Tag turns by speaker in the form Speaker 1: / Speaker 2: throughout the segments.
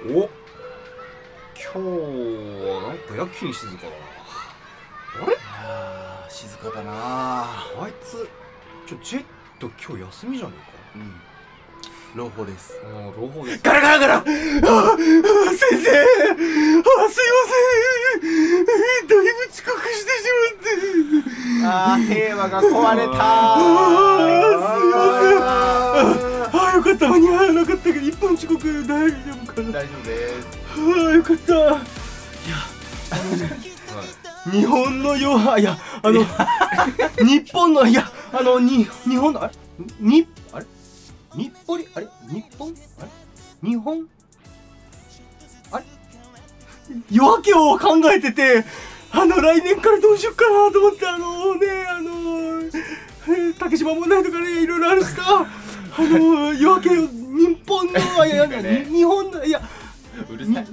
Speaker 1: お、今日はなんかやけに静かだな。あれ？
Speaker 2: いやー静かだなあ。
Speaker 1: あいつジェット今日休みじゃねえか。
Speaker 2: 朗報です。
Speaker 1: 朗報です。
Speaker 2: ガラガラガラ。先生、すいません。だいぶ遅刻してしまって。
Speaker 1: 平和が壊れた。
Speaker 2: すいません。よかった、間に合わなかったけど1分遅刻大丈夫かな。
Speaker 1: 大丈夫です。
Speaker 2: よかった。いや、日本の日本の日本の日本夜明けを考えてて、来年からどうしよっかなと思って、竹島問題とかね、いろいろあるしさ、夜明けを日本の日本の
Speaker 1: うるさい。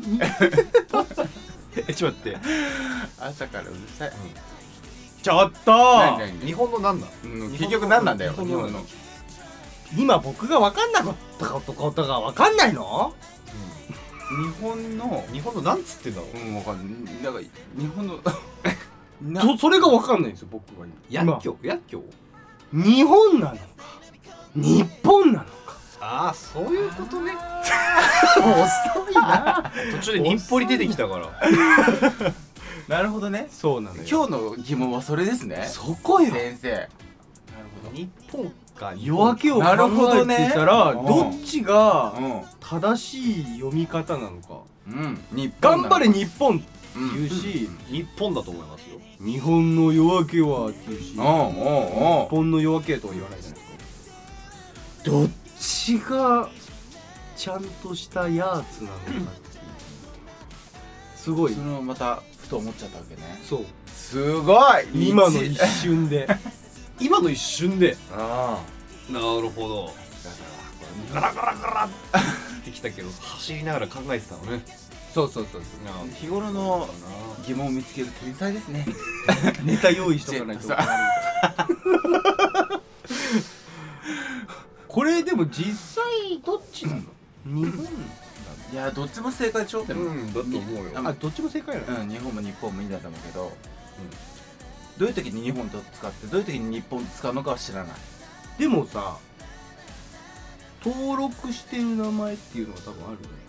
Speaker 1: ちょっと待って。朝からうるさい。
Speaker 2: ちょっと。
Speaker 1: 日本のなんだ。結局なんなんだよ。日本の。
Speaker 2: 今僕が分かんなかったことが分かんないの？
Speaker 1: 日本のなんつってんだろう。分かんない。だから日本の
Speaker 2: それが分かんないんですよ、僕は今。
Speaker 1: 薬莢？
Speaker 2: 日本なのか日本なのか。
Speaker 1: ああ、そういうことね。
Speaker 2: 遅いな。
Speaker 1: 途中で日暮里出てきたから。
Speaker 2: なるほどね。そうなのよ。
Speaker 3: 今日の疑問はそれですね。
Speaker 2: そこよ。
Speaker 3: 先生。なるほど。
Speaker 1: 日本か
Speaker 2: 夜明けを考えてたら、どっちが正しい読み方なのか。頑張れ日本って言うし、
Speaker 1: 日本だと思いますよ。
Speaker 2: 日本の夜明けはって言うし、日本の夜明けとは言わないじゃないですか。どっちがちゃんとしたやつなのかっていう。すごい。
Speaker 3: それをまたふと思っちゃったわけね。
Speaker 2: そう。
Speaker 3: すごい。
Speaker 2: 今の一瞬で。
Speaker 1: 今の一瞬で。なるほど。ガラガラガラってきたけど、走りながら考えてたのね。
Speaker 2: そう
Speaker 3: 日頃の疑問を見つける天才ですね。
Speaker 2: ネタ用意しとかないと。これでも実際どっちなの？日本。
Speaker 3: いや、どっちも正解でしょ。
Speaker 1: だと思うよ。
Speaker 2: どっちも正解なの？
Speaker 3: 日本も日本もいいんだと思うけど、どういう時に日本と使ってどういう時に日本と使うのかは知らない。
Speaker 2: でもさ、登録してる名前っていうのは多分あるね。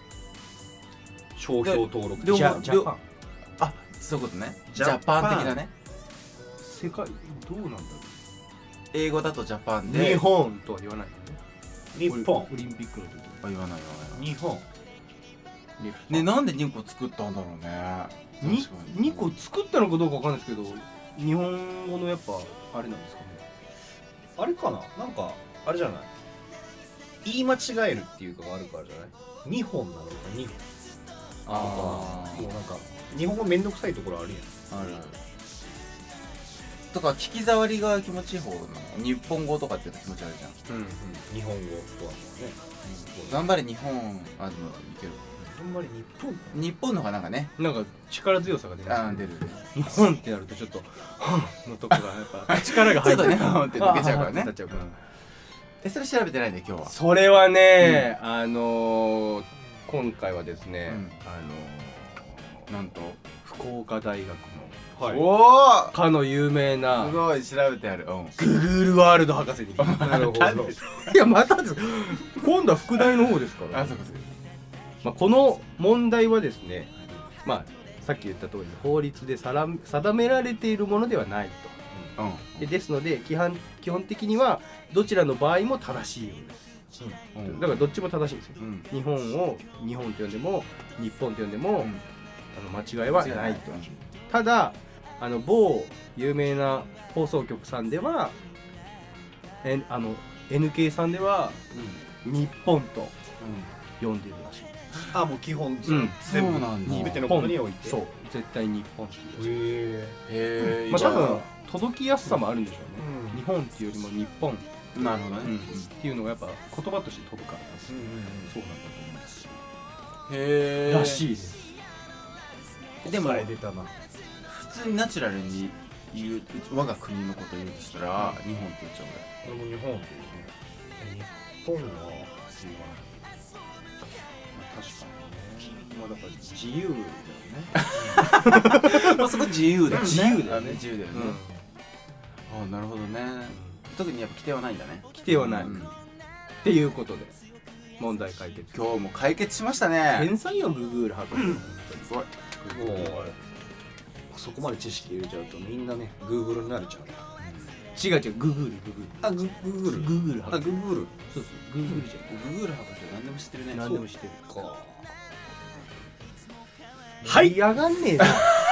Speaker 1: 商標登録。
Speaker 2: ジャパン。
Speaker 3: あ、そういうことね。ジャパン的なね。
Speaker 2: 世界どうなんだろう。
Speaker 3: 英語だとジャパンで。
Speaker 2: 日本とは言わないよね。
Speaker 1: 日本。
Speaker 2: オリンピックの時。
Speaker 3: 言わない。
Speaker 1: 日本。
Speaker 3: ね、なんで2個作ったんだろうね。
Speaker 2: 2個作ったのかどうかわかんないですけど、日本語のやっぱあれなんですかね。
Speaker 1: あれかな、なんかあれじゃない、言い間違えるっていうかがあるからじゃない。2本なのか2本。もうなんか日本語めんどくさいところあるやん。
Speaker 3: ある。とか聞き障りが気持ちいい方なの。日本語とかって気持ち悪いじゃん。
Speaker 1: 日本語とはね。
Speaker 3: 頑張れ日本。でもいける。
Speaker 1: 頑張れ日本。
Speaker 3: 日本の方がなんかね、
Speaker 2: なんか力強さが出る。
Speaker 3: 出る。
Speaker 2: 日本ってなるとちょっとのとこがやっぱ力が入って
Speaker 3: ちょっとね、って抜けちゃうからね。それ調べてないんで今日は。
Speaker 2: それはね、今回はですね、
Speaker 3: なんと
Speaker 2: 福岡大学のかの有名な
Speaker 3: すごい調べてある。
Speaker 2: グールワールド博士に。
Speaker 1: なるほど。
Speaker 2: いや、またです。今度は副大の方ですから。この問題はですね、さっき言った通り法律で定められているものではないと。ですので基本的にはどちらの場合も正しいようです。だからどっちも正しいんですよ。日本を日本と呼んでも日本と呼んでも間違いはないと。ただ某有名な放送局さんではNK さんでは日本と呼んでいるらしい。
Speaker 1: もう基本
Speaker 3: そうなんだ。
Speaker 1: 全てのことにおいて。
Speaker 2: そう、絶対日本っていう。
Speaker 3: へえ。
Speaker 2: 多分届きやすさもあるんでしょうね。日本っていうよりも日本。
Speaker 3: なるほどね。
Speaker 2: っていうのがやっぱ言葉として飛ぶからそうなんだと思います。
Speaker 3: へえ。
Speaker 2: らしいです。
Speaker 3: でも
Speaker 1: 出たな。
Speaker 3: 普通にナチュラルに言う我が国のことを言うとしたら日本って言っちゃう
Speaker 1: 俺も日本っていうね。日本は言わない。確かにね。
Speaker 2: まあだから自由だよね
Speaker 3: まあそこ自由だよね。
Speaker 2: 自由だよね
Speaker 3: 自由だよね。ああなるほどね。特にやっぱ規定はないんだね。
Speaker 2: 規定はない、っていうことで問題解決。
Speaker 3: 今日も解決しましたね。
Speaker 2: 天才よグーグル博士、
Speaker 3: すごい。
Speaker 1: もうそこまで知識入れちゃうとみんなね Google になれちゃうね。
Speaker 2: 違うグーグル
Speaker 1: あ、Google
Speaker 2: グーグル博士、
Speaker 1: Google
Speaker 2: そうグーグルじゃん、
Speaker 3: グーグル博士何でも知ってるね。
Speaker 2: 何でも知ってる
Speaker 1: か。
Speaker 2: 盛り上がんねえな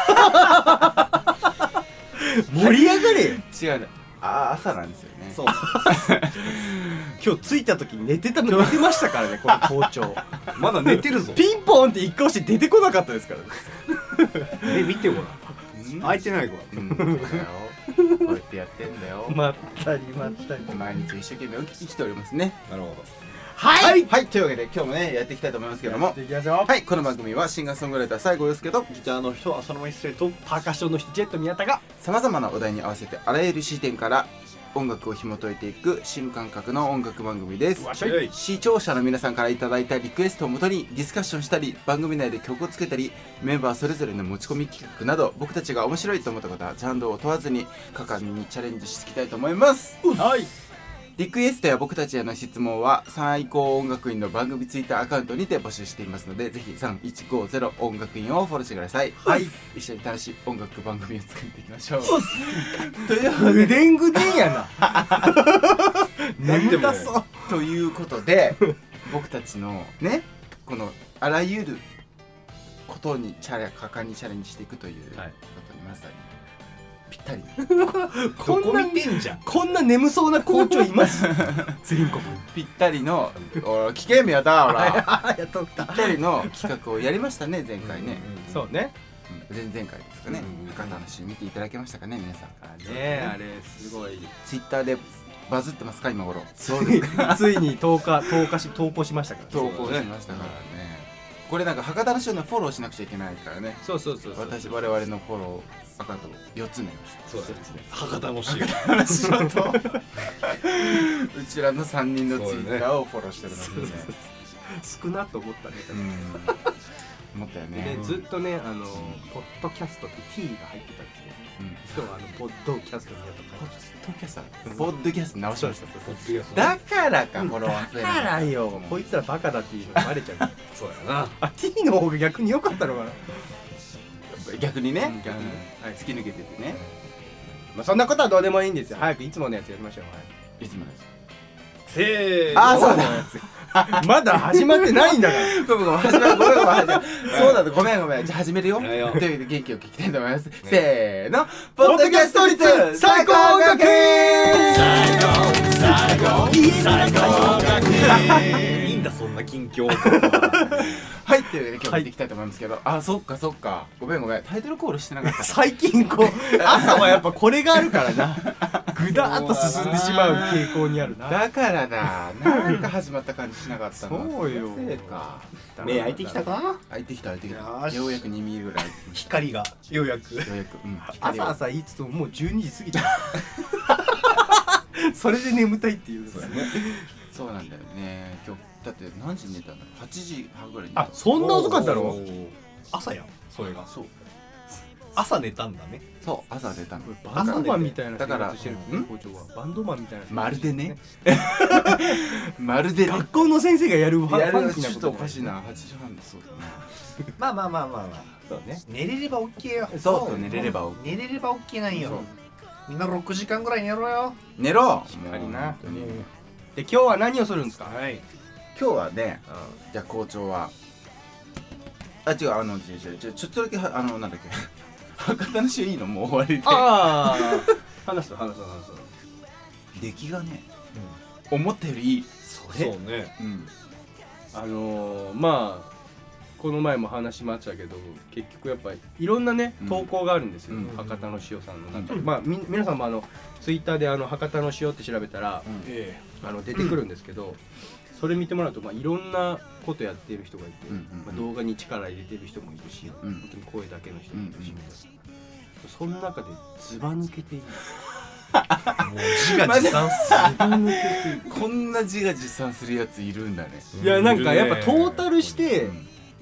Speaker 2: 盛り上がれよ。
Speaker 3: 違うね。朝なんですよね。
Speaker 1: そう
Speaker 2: 今日着いた時に寝てましたからねこの校長
Speaker 1: まだ寝てるぞ。
Speaker 2: ピンポンって一回押して出てこなかったですからね
Speaker 1: 見てごらん。開いてない子だ。
Speaker 3: そうだよ。こうやってやってんだよ。
Speaker 2: まったり
Speaker 3: 毎日一生懸命生きておりますね。
Speaker 1: なるほど。
Speaker 3: はいというわけで今日もねやっていきたいと思いますけども、
Speaker 2: いきますよ。
Speaker 3: はい、この番組はシンガーソングライター西郷陽介と
Speaker 1: ギターの人はそのまま一斉と。
Speaker 2: パーカッションの人ジェット宮田が
Speaker 3: さまざまなお題に合わせてあらゆる視点から音楽を紐解いていく新感覚の音楽番組です。
Speaker 2: わっしょい。
Speaker 3: 視聴者の皆さんからいただいたリクエストをもとにディスカッションしたり番組内で曲をつけたりメンバーそれぞれの持ち込み企画など僕たちが面白いと思ったことはジャンルを問わずに果敢にチャレンジしていきたいと思います。
Speaker 2: はい。
Speaker 3: リクエストや僕たちへの質問は最高音楽院の番組ツイッターアカウントにて募集していますのでぜひ3150音楽院をフォローしてください。
Speaker 2: はい。
Speaker 3: 一緒に楽しい音楽番組を作っていきましょう。
Speaker 2: というぐでんぐでんやな眠たそう
Speaker 3: ということで僕たちのねこのあらゆることに果敢にチャレンジしていくということにまさにぴったり
Speaker 2: こんな
Speaker 1: 見てんじゃん。
Speaker 2: こんな眠そうな校長います全国
Speaker 3: ぴったりの危険やだほら
Speaker 2: やっとった
Speaker 3: ぴったりの企画をやりましたね前回ね。
Speaker 2: そうね
Speaker 3: 前々回ですかね。博多の詩見ていただけましたかね皆さん。
Speaker 2: ねあれすごい
Speaker 3: ツイッターでバズってますか今頃。
Speaker 2: そうですかついに投稿しましたから
Speaker 3: 投稿しましたからね。これなんか博多の詩をねフォローしなくちゃいけないからね。
Speaker 2: そう
Speaker 3: 我々のフォローアカウント4つになりました。
Speaker 1: そうだね。博多の詩。
Speaker 3: 話のとうちらの3人のツイッターをフォローしてるのでね。
Speaker 2: 少なと思ったね。
Speaker 3: 思ったよ
Speaker 2: で
Speaker 3: ね。
Speaker 2: ずっとねポッドキャストって T が入ってたんですよ。今日はポッドキャストにやった
Speaker 3: ポッドキャスト直しました。
Speaker 1: ポッドキャスト。
Speaker 3: だからかフォロワー増え
Speaker 2: だ
Speaker 3: な
Speaker 2: からよこいつらバカだっていうのがバレちゃう
Speaker 1: そうやな。
Speaker 2: あ T の方が逆に良かったのかな。
Speaker 3: 逆にね
Speaker 2: 逆に
Speaker 3: 突き抜けててね。
Speaker 2: まあそんなことはどうでもいいんですよ。早くいつものやつやりましょう。
Speaker 3: いつもです。
Speaker 1: せーの。
Speaker 3: あそうだ
Speaker 2: まだ始まってないんだから
Speaker 3: ごめん始めるそうだごめんじゃあ始めるよ。と
Speaker 1: はいよ
Speaker 3: いうわけで元気を聞きたいと思います。せーのポ
Speaker 2: ポッドキャスト率最高音楽
Speaker 1: いいんだそんな近況。
Speaker 3: はいというわけで今日もやっていきたいと思いますけど、あそっかごめんタイトルコールしてなかった
Speaker 2: 最近こう朝はやっぱこれがあるからなぐだーっと進んでしまう傾向にあるな。
Speaker 3: だからだなんか始まった感じしなかったの。
Speaker 2: そうよ
Speaker 3: せいか
Speaker 1: 目開いてきたか。
Speaker 3: 開いてきた
Speaker 1: よーし
Speaker 3: ようやく2ミリぐらい
Speaker 1: 光がようやく。
Speaker 3: ようやく光を
Speaker 2: 朝言いつつももう12時過ぎちゃうそれで眠たいっていう
Speaker 3: そうなんだよね。今日だって何時に寝たんだろう。8時半ぐらいに寝た。
Speaker 2: あそんな遅かったの。
Speaker 1: 朝やんそれが。
Speaker 3: そう
Speaker 1: 朝寝たんだね。
Speaker 3: そう朝寝たの。
Speaker 2: バンドマンみたいな
Speaker 3: だから
Speaker 2: してる校長はバンドマンみたいな
Speaker 3: まるでねまるでね
Speaker 2: 学校の先生がやるフ
Speaker 3: や
Speaker 2: ァンキーなこと
Speaker 3: るちょっとおかしいな。8時半でそうだね。
Speaker 1: まあ。
Speaker 2: そうね。
Speaker 1: 寝れれば OK よ。
Speaker 3: そう寝れれば OK。
Speaker 1: 寝れれば OK なん
Speaker 3: そう
Speaker 1: よ。みんな6時間ぐらい寝ろよ。
Speaker 3: 寝ろ
Speaker 2: しっかりな
Speaker 3: もう本当に
Speaker 2: で今日は何をするんですか。
Speaker 1: はい。
Speaker 3: 今日はねじゃあ校長は違うちょっとだけなんだっけ博多の詩いいのもう終わりで
Speaker 2: ああ話す
Speaker 3: 出来がね思ったよりいい。
Speaker 1: そうね。
Speaker 2: まあこの前も話しましたけど結局やっぱりいろんなね投稿があるんですよ、博多の塩さんの中で、まあ皆さんもツイッターで博多の塩って調べたら、出てくるんですけど、それ見てもらうと、いろんなことやっている人がいて、動画に力入れてる人もいるし、本当に声だけの人もいるし、その中でずば抜けている
Speaker 1: もう自画自賛
Speaker 3: こんな自画自賛するやついるんだね。
Speaker 2: いやなんかやっぱトータルして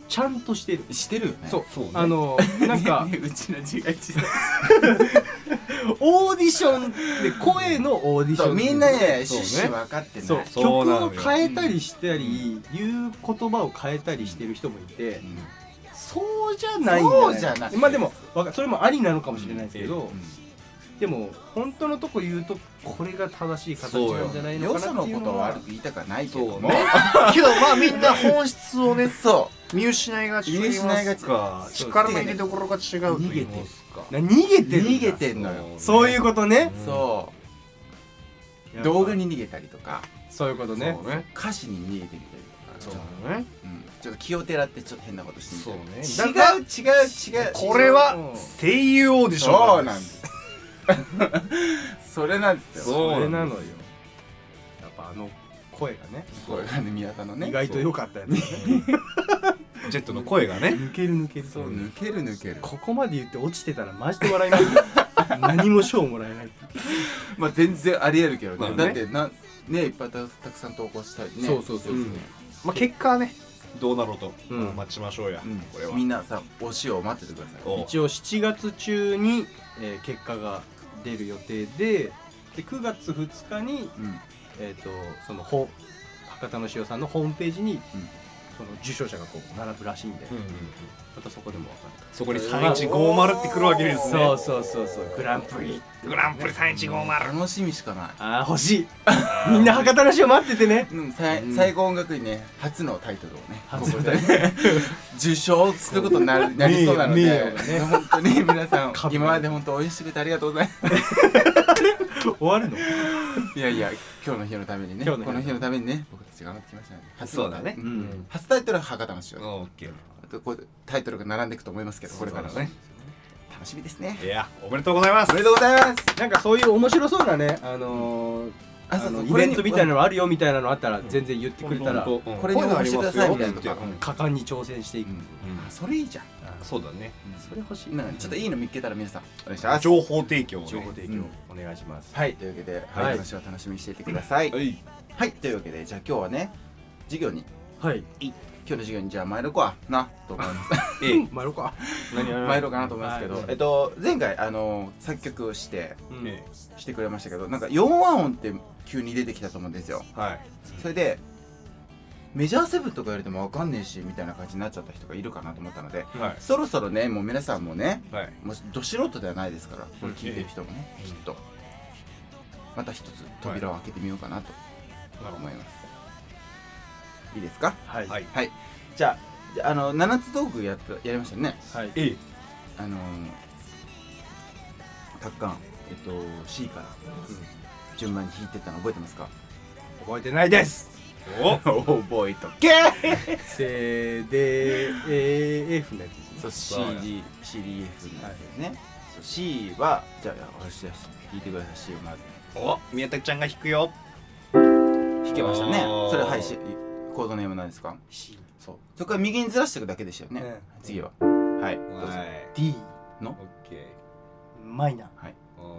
Speaker 2: ちゃんとしてる。
Speaker 3: してるよね。
Speaker 2: そう
Speaker 1: ね
Speaker 2: なんか
Speaker 3: うちの字が一緒。
Speaker 2: オーディションで声のオーディション。
Speaker 3: そうみんなね
Speaker 1: そうね
Speaker 3: 趣旨分かってない。
Speaker 2: そう
Speaker 1: そうなのよ
Speaker 2: 曲を変えたりしたり、言う言葉を変えたりしてる人もいて、そうじゃないん
Speaker 3: そうじゃない。
Speaker 2: まあでもそれもありなのかもしれないですけど、
Speaker 3: うん
Speaker 2: でも本当のとこ言うとこれが正しい形なんじゃないの
Speaker 3: よ
Speaker 2: か
Speaker 3: そのことを
Speaker 2: なっていうのは
Speaker 3: 悪く言いたくはないけども、
Speaker 1: そうねけどまあみんな本質をね
Speaker 3: そ
Speaker 1: 見失いがちと言いますか、
Speaker 2: そう
Speaker 1: 力の入れどころが違うと言いますか。
Speaker 2: 逃げてるんだ
Speaker 3: 逃げてんのよ。
Speaker 2: そういうことね
Speaker 3: う、そう動画に逃げたりとか、
Speaker 2: そういうことね。
Speaker 1: そうね。
Speaker 3: 歌詞に逃げてみたりとか、
Speaker 1: そうね。
Speaker 3: ちょっと気をてらってちょっと変なことして
Speaker 1: そう
Speaker 3: み
Speaker 1: ね。
Speaker 3: たり。違う。
Speaker 1: これは声優オーディション
Speaker 3: そうなんです。それなんですよ。
Speaker 1: そう
Speaker 2: それなのよ。やっぱ声がね、
Speaker 3: これがね宮田のね。
Speaker 2: 意外と良かったやつね。
Speaker 1: ジェットの声がね。
Speaker 2: 抜ける。
Speaker 3: そう抜ける。
Speaker 2: ここまで言って落ちてたらマジで笑いますよ。何も賞もらえない。
Speaker 3: まあ全然ありえるけどね。
Speaker 1: まあね
Speaker 3: だってねいっぱいたくさん投稿したりね。
Speaker 2: そう
Speaker 1: まあ結果はねどうなろうと
Speaker 2: うん
Speaker 1: 待ちましょうや。これは。
Speaker 3: みんなさ推しを待っててください。
Speaker 1: お
Speaker 2: 一応7月中に結果が出る予定で9月2日に
Speaker 3: うん
Speaker 2: その博多の塩さんのホームページにその受賞者がこう並ぶらしいんで、またそこでも分かる。
Speaker 1: そこに3150ってくるわけですね。
Speaker 2: そうグランプリ
Speaker 1: グランプリ3150。
Speaker 3: 楽しみしかない。
Speaker 2: あー欲しい。みんな博多の塩待っててね。
Speaker 3: 最後音楽にね初のタイトルをね
Speaker 2: 初の
Speaker 3: ここで受賞することになりそうなので
Speaker 2: 名誉がね
Speaker 3: 本当に皆さん
Speaker 2: 株
Speaker 3: 今まで本当応援してくれてありがとうございます。
Speaker 2: 終わるの？
Speaker 3: いや今日の日のためにね
Speaker 2: 今日の日のために
Speaker 3: この日のためにね僕たち頑張ってきましたので初の
Speaker 1: そうだね
Speaker 3: ん初タイトルは博多の塩。
Speaker 1: オッケー。
Speaker 3: あとこうタイトルが並んでいくと思いますけどこれから
Speaker 1: そうだね
Speaker 3: 楽しみですね。
Speaker 1: いやおめでとうございます。
Speaker 3: おめでとうございます。
Speaker 2: なんかそういう面白そうなねイベントみたいなのあるよみたいなのあったら全然言ってくれたら
Speaker 1: こ
Speaker 3: これに応援してくださいみたいなとか
Speaker 2: 果敢に挑戦していく。
Speaker 3: それいいじゃん。
Speaker 1: そうだね。
Speaker 2: それ欲しい。
Speaker 3: なんかちょっといいの見つけたら皆さんお願いします。
Speaker 1: 情報提供をね。
Speaker 2: 情報提供お願いします。
Speaker 3: はいというわけで
Speaker 2: はい
Speaker 3: 話を楽しみにしていてください。
Speaker 1: はい。
Speaker 3: はいというわけでじゃあ今日はね授業に
Speaker 2: はい。
Speaker 3: 今日の授業にじゃあ参ろうかなと思います。
Speaker 2: 参ろうか。
Speaker 3: 参ろうかなと思いますけど、前回作曲してしてくれましたけど、なんか4和音って急に出てきたと思うんですよ。
Speaker 1: はい。
Speaker 3: それでメジャーセブンとか言われてもわかんねえしみたいな感じになっちゃった人がいるかなと思ったので、
Speaker 1: はい。
Speaker 3: そろそろねもう皆さんもね
Speaker 1: はい。
Speaker 3: もうど素人ではないですから、これ聞いてる人もねきっとまた一つ扉を開けてみようかなと思います。いいですか？
Speaker 2: はい。
Speaker 1: はい。
Speaker 3: はい。じゃあ7つ道具やりましたね。
Speaker 2: はい。
Speaker 3: タッカンC から順番に弾いてったの覚えてますか？
Speaker 2: 覚えてないです。
Speaker 3: 覚えとけ。
Speaker 2: せで F のやつですね。
Speaker 3: そう CDF のやつですね。そう C はじゃあ私です弾いてください。 C をまず
Speaker 1: お、宮田ちゃんが弾くよ。
Speaker 3: 弾けましたね。
Speaker 1: おー
Speaker 3: それはいコードネームなんですか？
Speaker 2: C。
Speaker 3: そうそこから右にずらしていくだけでしたよね。次ははいどうぞ。
Speaker 1: はい。
Speaker 2: D
Speaker 3: の
Speaker 1: オッケー。
Speaker 2: マイナ
Speaker 3: はい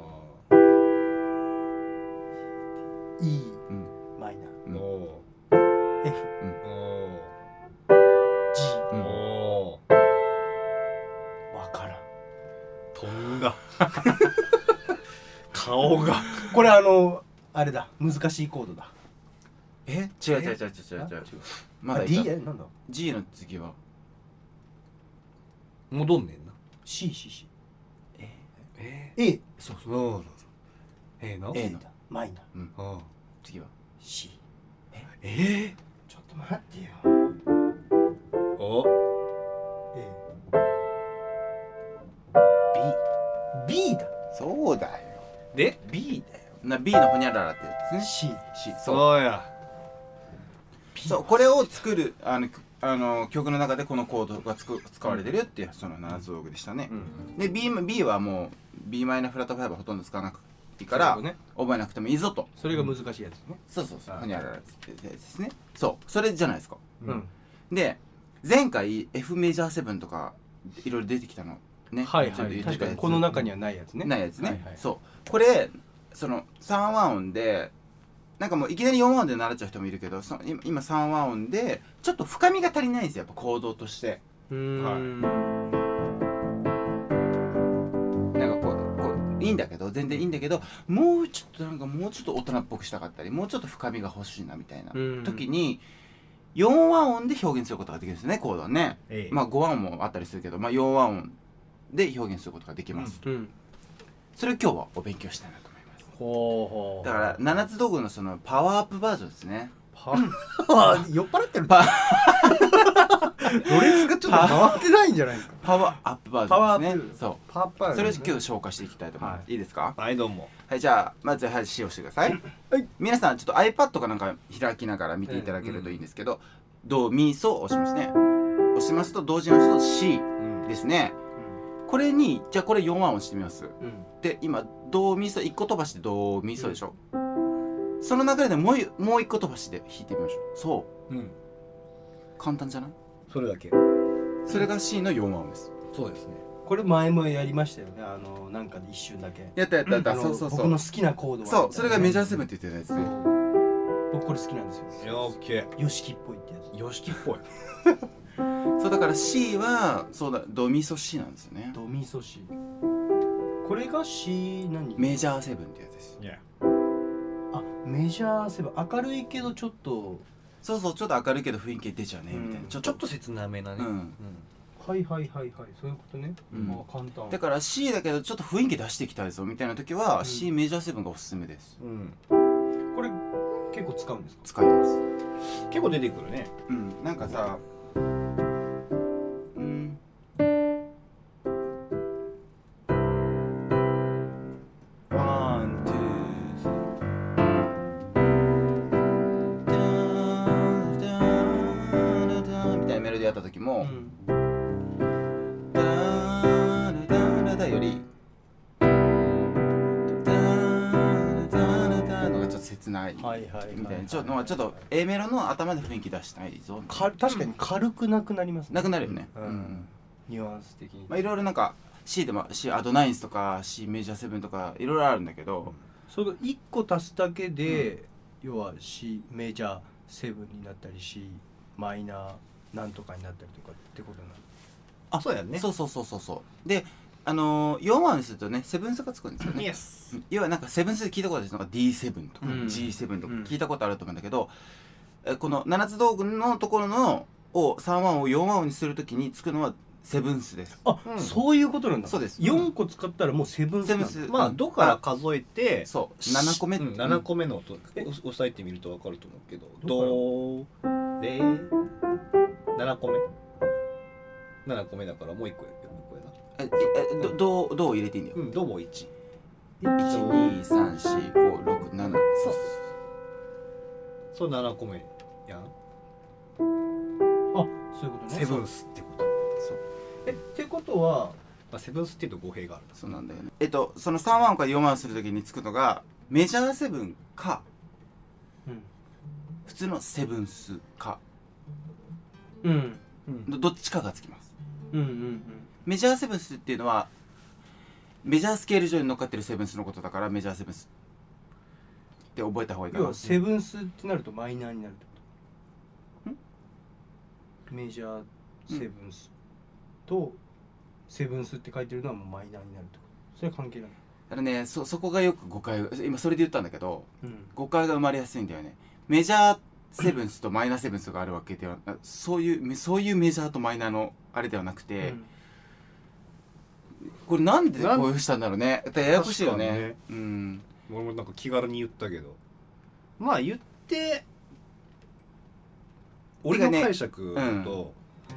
Speaker 2: ー E
Speaker 3: うん
Speaker 2: マイナ
Speaker 3: うん
Speaker 1: お
Speaker 2: ー F
Speaker 1: ーお
Speaker 2: G
Speaker 1: ー
Speaker 3: うん
Speaker 1: お
Speaker 2: わからん。
Speaker 1: ー飛んだ。顔が。
Speaker 2: これあれだ、難しいコードだ。
Speaker 3: 違うまだ
Speaker 2: D
Speaker 3: いた
Speaker 2: なんだ
Speaker 3: G の次は
Speaker 1: 戻んねんな。
Speaker 2: C
Speaker 1: A。
Speaker 3: そう
Speaker 1: そう。A の
Speaker 3: A の
Speaker 2: だマイナー
Speaker 1: うん。
Speaker 3: 次は
Speaker 2: C。
Speaker 1: え
Speaker 2: ちょっと待ってよ。
Speaker 1: お
Speaker 2: A B だ。
Speaker 3: そうだよ
Speaker 1: で
Speaker 3: B だよB のホニャララってやつです
Speaker 2: C
Speaker 3: ね C
Speaker 1: そうや。
Speaker 3: そうこれを作る曲の中でこのコードが使われてるっていうその7つ道具でしたね。で B はもう b マイナーフラット5はほとんど使わなくていいから覚えなくてもいいぞと。
Speaker 2: それが難しいやつね。
Speaker 3: そうホニャララってやつですね。そうそれじゃないですか。
Speaker 2: うん。
Speaker 3: で前回 F メジャー7とかいろいろ出てきたのね。
Speaker 2: はいはい。
Speaker 3: ちょっと言ってたやつ
Speaker 2: 確かにこの中にはないやつね。
Speaker 3: ないやつね。
Speaker 2: はいはい
Speaker 3: そうこれその3和音でなんかもういきなり4和音で習っちゃう人もいるけど、今3和音でちょっと深みが足りないんですよ、やっぱコードとして。なんかこういいんだけど、全然いいんだけど、もうちょっとなんかもうちょっと大人っぽくしたかったり、もうちょっと深みが欲しいなみたいな時に4和音で表現することができるんですね、コードはね。まあ5和音もあったりするけど、まあ4和音で表現することができます、それを今日はお勉強したいなと思います。だから七つ道具のそのパワーアップバージョンですね。
Speaker 2: 酔っ払ってるロレスがちょっと回ってないんじゃないですか。
Speaker 3: パワーアップバージョンですね。そう
Speaker 2: パワーアップバージョン、
Speaker 3: それを今日紹介していきたいと思います、いいですか。
Speaker 1: はい、どうも。
Speaker 3: はい、じゃあまずはい使用してください。皆さんちょっと iPad かなんか開きながら見ていただけるといいんですけど、ドミソを押しますね。押しますと同時に押すと C ですね。これにじゃあこれ4和音してみます、で今ドミソ1個飛ばしてドミソでしょ、その流れでもう1個飛ばして弾いてみましょう。そう、簡単じゃない？
Speaker 1: それだけ。
Speaker 3: それが C の4和音です。
Speaker 1: そうですね。
Speaker 2: これ前もやりましたよね、なんかで一瞬だけ
Speaker 3: やった、そうそうそう、
Speaker 2: 僕の好きなコードは
Speaker 3: そう、それがメジャーセブンって言ってたやつね。
Speaker 2: 僕これ好きなんですよ。
Speaker 1: オッケー。
Speaker 2: ヨシキっぽいってやつ。
Speaker 1: ヨシキっぽい。
Speaker 3: そうだから C はそうだ、ドミソ C なんですよね。
Speaker 2: ドミソ C。これが C 何？
Speaker 3: メジャーセブンってやつです。
Speaker 2: あ、メジャーセブン、明るいけどちょっと。
Speaker 3: そうそう、ちょっと明るいけど雰囲気出ちゃうねみたいな。
Speaker 1: ちょっと切なめなね。
Speaker 2: はいはいはいはい、そういうことね。簡単。
Speaker 3: だから C だけどちょっと雰囲気出していきたいぞみたいな時は C メジャーセブンがおすすめです。
Speaker 2: これ結構使うんですか？
Speaker 3: 使います。
Speaker 1: 結構出てくるね。
Speaker 3: なんかさ、やった時も、ダーダダダよりダーダダのがちょっと切ないみたいな、ちょっと A メロの頭で雰囲気出したいぞ。
Speaker 2: 確かに軽くなくなりますね。
Speaker 3: なくなるよね。
Speaker 2: ニュアンス的に。
Speaker 3: まあいろいろなんか C でも C アドナインスとか C メジャーセブンとかいろいろあるんだけど、
Speaker 2: その1個足すだけで要は C メジャーセブンになったり C マイナーなんとかになったりとかってことなの。
Speaker 1: あ、そうやね。
Speaker 3: そうで、4和にするとねセブンスがつくんですよね。要はなんかセブンスで聞いたことあるのが D7 とか G7 とか聞いたことあると思うんだけど、この7つ道具のところの3和を4和音にするときにつくのはセブンスです。
Speaker 2: あ、そういうことなんだ。
Speaker 3: そうです。
Speaker 2: 4個使ったらもうセブンスなんだ。
Speaker 1: まあドから数えて、
Speaker 3: そう7個目、
Speaker 1: 7個目の音押さえてみると分かると思うけど、ドレ7個目7個目だからもう1個や
Speaker 3: な。ドを入れていいんだよ。
Speaker 1: ドも1
Speaker 3: 1234567。
Speaker 1: そう7個目やん。
Speaker 2: あ、そういうことね。
Speaker 1: セブンスってこと。
Speaker 2: そうってことは、
Speaker 1: セブンスっていうと語弊がある。
Speaker 3: そうなんだよね。その3和音から4和音するときにつくのがメジャーセブンか、普通のセブンスか、どっちかがつきます。メジャーセブンスっていうのはメジャースケール上に乗っかってるセブンスのことだからメジャーセブンスって覚えた方がいいかな。
Speaker 2: 要はセブンスってなるとマイナーになるってこと？メジャーセブンスとセブンスって書いてるのはもうマイナーになるってこと？それは関係ない。
Speaker 3: だからね、そこがよく誤解、今それで言ったんだけど、誤解が生まれやすいんだよね。メジャーセブンスとマイナーセブンスがあるわけでは、そういうメジャーとマイナーのあれではなくて、これなんでこういうしたんだろうね。ややこしいよね。
Speaker 1: 俺もなんか気軽に言ったけど、まあ言って俺の解釈と、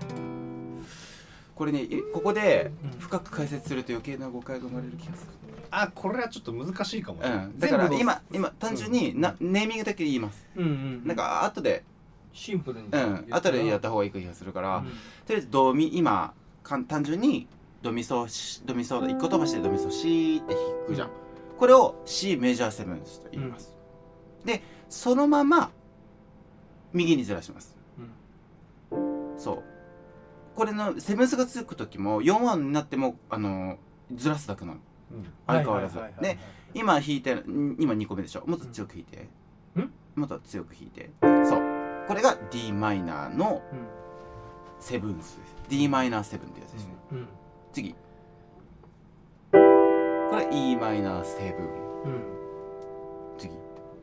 Speaker 3: これね、ここで深く解説すると余計な誤解が生まれる気がする。
Speaker 1: あ、これはちょっと難しいかもね。
Speaker 3: だから今単純にネーミングだけ言います。なんか後で
Speaker 2: シンプルに
Speaker 3: 後でやった方がいい気がするから、とりあえずドミ、今単純にドミソ1個飛ばしてドミソ C って弾くじゃん。これを C メジャーセブンスと言います。でそのまま右にずらします。そう、これのセブンスがつく時も4和になってもずらすだけなの。相変わらず。で今弾いて今2個目でしょ。もっと強く弾いて。 もっと強く弾いて、そうこれが d マイナーのセブンスです。 d マイナーセブンってやつですね、次これ e マイナーセブン、次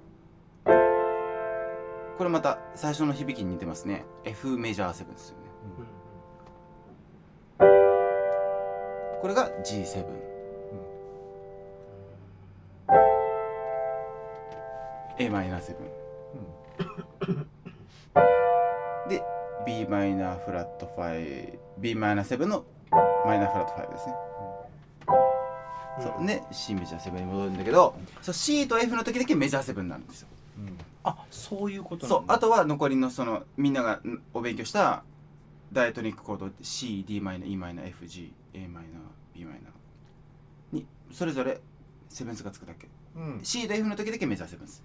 Speaker 3: これまた最初の響きに似てますね。 F メジャーセブンですよね、これが G7、A マイナーセブン、で B マイナーフラット5、 B マイナーセブンのマイナーフラット5ですね、そうね、C メジャーセブンに戻るんだけど、そう C と F の時だけメジャーセブンなんですよ、
Speaker 2: あ、そういうことなんだ。
Speaker 3: そう、あとは残りのそのみんながお勉強したダイエトニックコード C、D マイナー、E マイナー、F、G、A マイナー、B マイナーにそれぞれセブンスがつくだけ、C と F の時だけメジャーセブンス、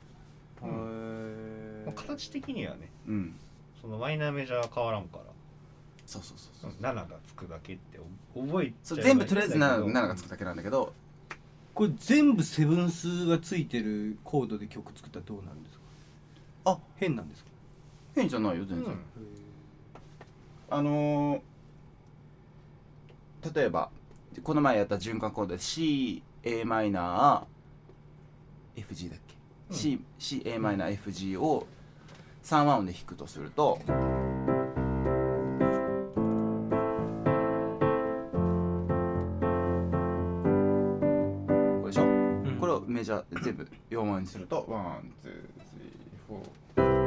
Speaker 1: 形的にはね、そのマイナーメジャー変わらんから、
Speaker 3: そう
Speaker 1: 7がつくだけって覚えちゃ
Speaker 3: そう、全部とりあえず 7がつくだけなんだけど、
Speaker 2: これ全部セブンスがついてるコードで曲作ったらどうなるんですか？
Speaker 3: あ、
Speaker 2: 変なんですか？
Speaker 3: 変じゃないよ全然、例えばこの前やった循環コードで C、A マイナー、FG だっけ、C、A マイナー、FG を3和音で弾くとすると、これでしょ、これをメジャー全部4和音にすると1、2、3、4、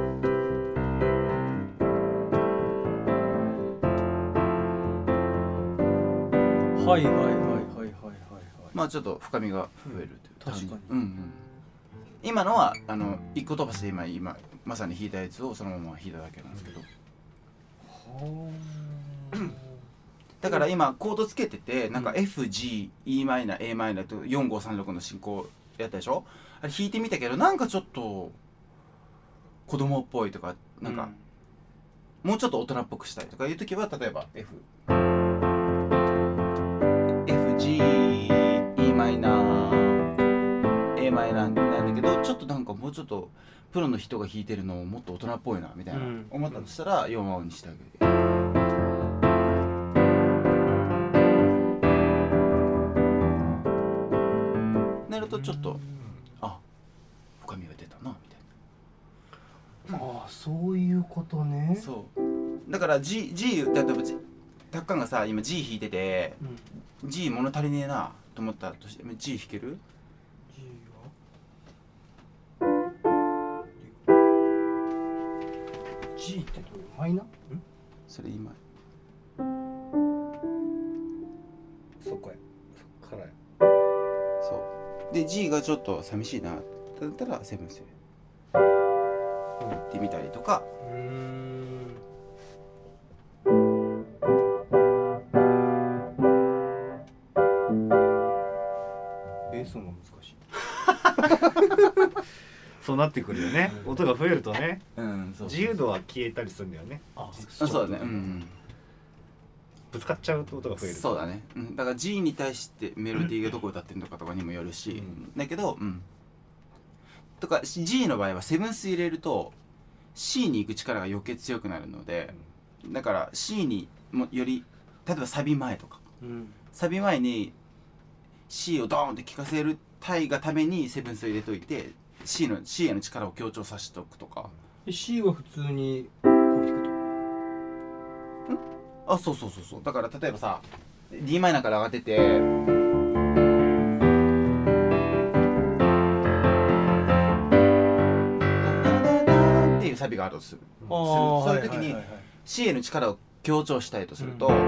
Speaker 2: はいはいはいはいはいはい。
Speaker 3: まあちょっと深みが増えるという、
Speaker 2: 確かに、
Speaker 3: 今のは一個飛ばしで今まさに弾いたやつをそのまま弾いただけなんですけど、だから今コードつけててなんか FG、E マイナー、A マイナーと4536の進行やったでしょ、あれ弾いてみたけどなんかちょっと子供っぽいとかなんか、もうちょっと大人っぽくしたいとかいう時は例えば FG、E マイナー、A マイナーなんだけど、ちょっとなんかもうちょっとプロの人が弾いてるのもっと大人っぽいなみたいな、思ったとしたら4和音にしてあげる。なるとちょっと深みが出たなみたいな。
Speaker 2: ああ、そういうことね。
Speaker 3: そうだから G 例えばタッカンがさ今 G 弾いてて、G 物足りねえなと思ったとして G 弾ける？
Speaker 2: G ってどういうマイナー？
Speaker 3: それ今
Speaker 1: そこや、そっからや。
Speaker 3: そうで G がちょっと寂しいなだったらセブンス行ってみたりとか。
Speaker 2: ベース音が難しい。
Speaker 1: そうなってくるよね。音が増えるとね、
Speaker 3: そう
Speaker 1: 自由度は消えたりするんだよね。
Speaker 3: そうだね、
Speaker 1: ぶつかっちゃうと音が増える。
Speaker 3: そうだね、だから G に対してメロディーがどこ歌ってるのかとかにもよるし、だけどとか G の場合はセブンス入れると C に行く力が余計強くなるので、だから C にもより例えばサビ前とか、サビ前に C をドーンって聴かせるたいがためにセブンスを入れといて C への力を強調させておくとか。
Speaker 2: C は普通にこう弾くと。
Speaker 3: そうだから例えばさ D マイナーから上がっててっていうサビがあるとする、そういう時に C への力を強調したいとすると、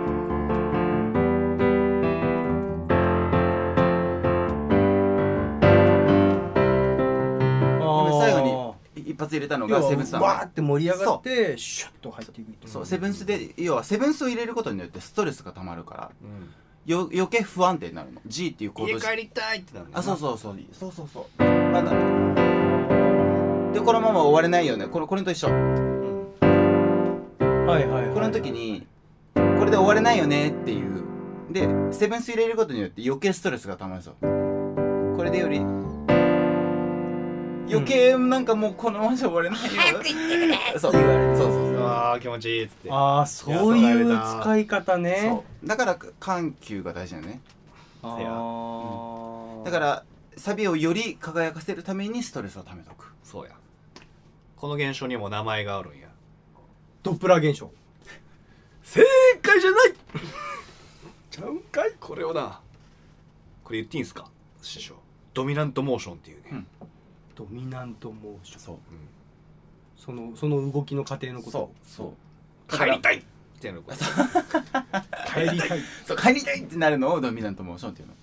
Speaker 3: 最後に一発入れたのがセブンスなの。
Speaker 2: わーって盛り上がってシュッと入っていく。
Speaker 3: そうセブンスで要はセブンスを入れることによってストレスがたまるから、余計不安定になるの。 G っていうコード
Speaker 1: 家帰りたいってなるの。
Speaker 3: そうまだでこのまま終われないよね。これと一緒。この時にこれで終われないよねっていうでセブンス入れることによって余計ストレスがたまるんですよ。これでより余計なんかもうこのままじゃ終われないよ早く言ってくれそう
Speaker 1: ああ気持ちいいっつって。
Speaker 2: ああそういう使い方ね。
Speaker 3: そうだから緩急が大事だよね。
Speaker 2: ああ
Speaker 3: だからサビをより輝かせるためにストレスをためとく。
Speaker 1: そうや。この現象にも名前があるんや。
Speaker 2: ドップラー現象。
Speaker 1: 正解じゃない。
Speaker 2: ちゃうんかい。
Speaker 1: これをな、これ言っていいんすか師匠。ドミナントモーションっていうね、
Speaker 2: ドミナントモーション。
Speaker 3: そう、
Speaker 2: その動きの過程のこと。
Speaker 1: そう帰りたいってやること
Speaker 2: 帰りたい
Speaker 3: そう帰りたいってなるのをドミナントモーションっていう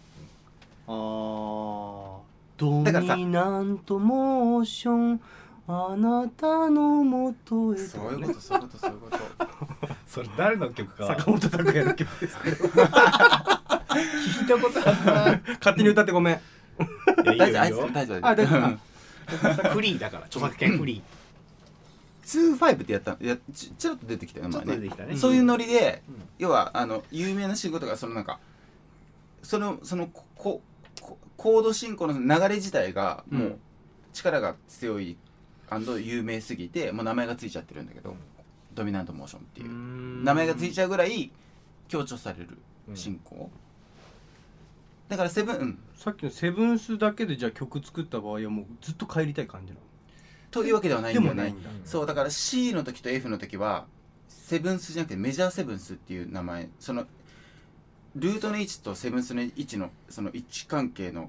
Speaker 2: の。ドミナントモーションあなたのもとへ。
Speaker 3: そういうこと
Speaker 1: それ誰の曲か。
Speaker 2: 坂本拓哉の曲ですね。
Speaker 1: 聞いたことあるな。
Speaker 2: 勝手に歌ってごめん。
Speaker 3: 大丈夫大丈夫。
Speaker 1: フリーだから著作権フリ
Speaker 3: ー。25ってやったちらっと出てきたよ
Speaker 1: ね。出てきたね。
Speaker 3: そういうノリで、要は有名な進行とかそのなんかそのコード進行の流れ自体がもう力が強い有名すぎてもう名前がついちゃってるんだけど、ドミナントモーションっていう名前がついちゃうぐらい強調される進行。だからさ
Speaker 2: っきのセブンスだけでじゃあ曲作った場合はもうずっと帰りたい感じなの
Speaker 3: というわけではないんだよね。
Speaker 2: でもないんだ。
Speaker 3: そうだから C の時と F の時はセブンスじゃなくてメジャーセブンスっていう名前、そのルートの位置とセブンスの位置のその位置関係の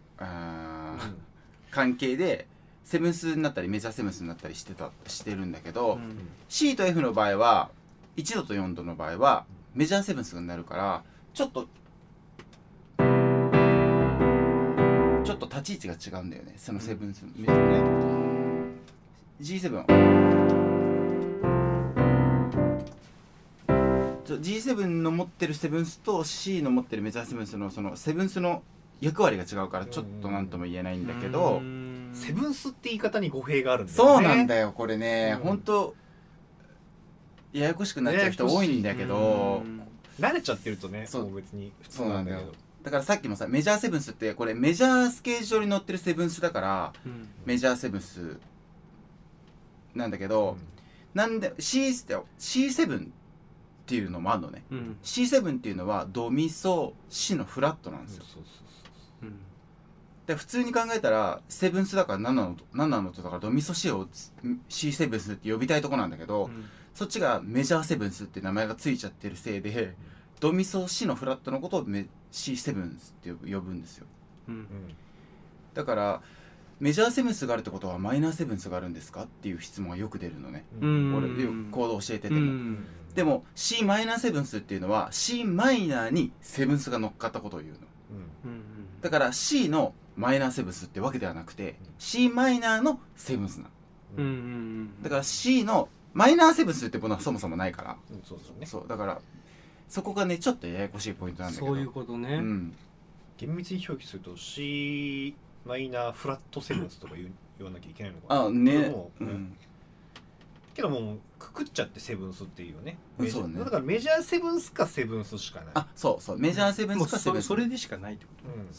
Speaker 3: 関係でセブンスになったりメジャーセブンスになったりしてるんだけど、C と F の場合は1度と4度の場合はメジャーセブンスになるからちょっと立ち位置が違うんだよね、そのセブンスの、G7 G7 の持ってるセブンスと C の持ってるメジャーセブンスのそのセブンスの役割が違うからちょっと何とも言えないんだけど、
Speaker 1: セブンスって言い方に語弊があるんだよね。
Speaker 3: そうなんだよこれね、本当ややこしくなっちゃう人多いんだけど、
Speaker 1: 慣れちゃってるとね、
Speaker 3: そう
Speaker 1: もう別に普通
Speaker 3: そうなんだよ。だからさっきもさメジャーセブンスってこれメジャースケージ上に乗ってるセブンスだから、メジャーセブンスなんだけど、なんで C7 っていうのもあるのね、C7 っていうのはドミソシのフラットなんですよ。で普通に考えたらセブンスだから7の音だからドミソシを C7 スって呼びたいとこなんだけど、そっちがメジャーセブンスって名前がついちゃってるせいでドミソシのフラットのことをC7 って呼ぶんですよ、だからメジャーセブンスがあるってことはマイナーセブンスがあるんですかっていう質問がよく出るのね、俺コード教えてても、でも C マイナーセブンスっていうのは C マイナーにセブンスが乗っかったことを言うの、だから C のマイナーセブンスってわけではなくて C マイナーのセブンスなの、だから C のマイナーセブンスってものはそもそもないから、そうだからそこがねちょっとややこしいポイントなんだけど、
Speaker 2: そういうことね、
Speaker 1: 厳密に表記すると C マイナーフラットセブンスとか言わなきゃいけないのかな。けどもくくっちゃってセブンスっていうよね。
Speaker 3: そうね。
Speaker 1: だからメジャーセブンスかセブンスしかない。
Speaker 3: あ、そうメジャーセブンスかセブンス、
Speaker 2: それでしかないってこと。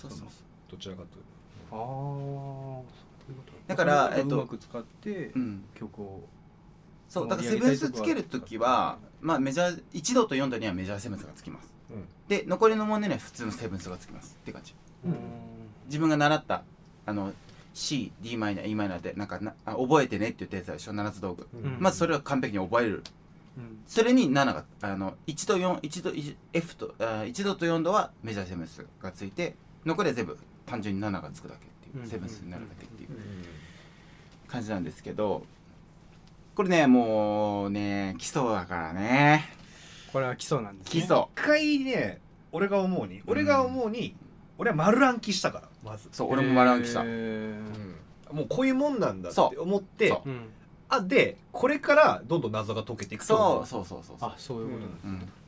Speaker 1: そうどちらかという
Speaker 2: と。ああ、
Speaker 3: だから
Speaker 2: うまく使って曲を。
Speaker 3: そうだからセブンスつけるときはまあメジャー1度と4度にはメジャーセブンスがつきます、で残りの問題には普通のセブンスがつきますって感じ、自分が習ったC、D マイナー、E マイナーでなんか覚えてねって言ったやつでしょ、7つ道具、まずそれを完璧に覚える、それに7が1と4、1度 F と1度と4度はメジャーセブンスがついて、残りは全部単純に7がつくだけっていう、セブンスになるだけっていう感じなんですけど、これねもうね基礎だからね。
Speaker 2: これは基礎なんですね。
Speaker 3: 基礎
Speaker 1: 一回ね俺が思うに俺は丸暗記したから、まず
Speaker 3: そう俺も丸暗記した、
Speaker 1: もうこういうもんなんだって思って、でこれからどんどん謎が解けていくと。
Speaker 3: そう
Speaker 2: あ、そういうこと、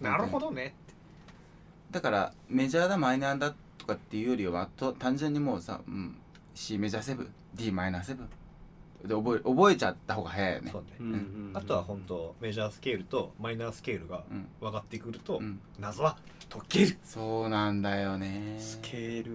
Speaker 1: なるほどねって。
Speaker 3: だからメジャーだマイナーだとかっていうよりは単純にもうさ、C メジャーセブン D マイナーセブンで覚えちゃった方が早いよね。
Speaker 1: あとは本当メジャースケールとマイナースケールが分かってくると、謎は解ける。
Speaker 3: そうなんだよね。
Speaker 2: スケールね。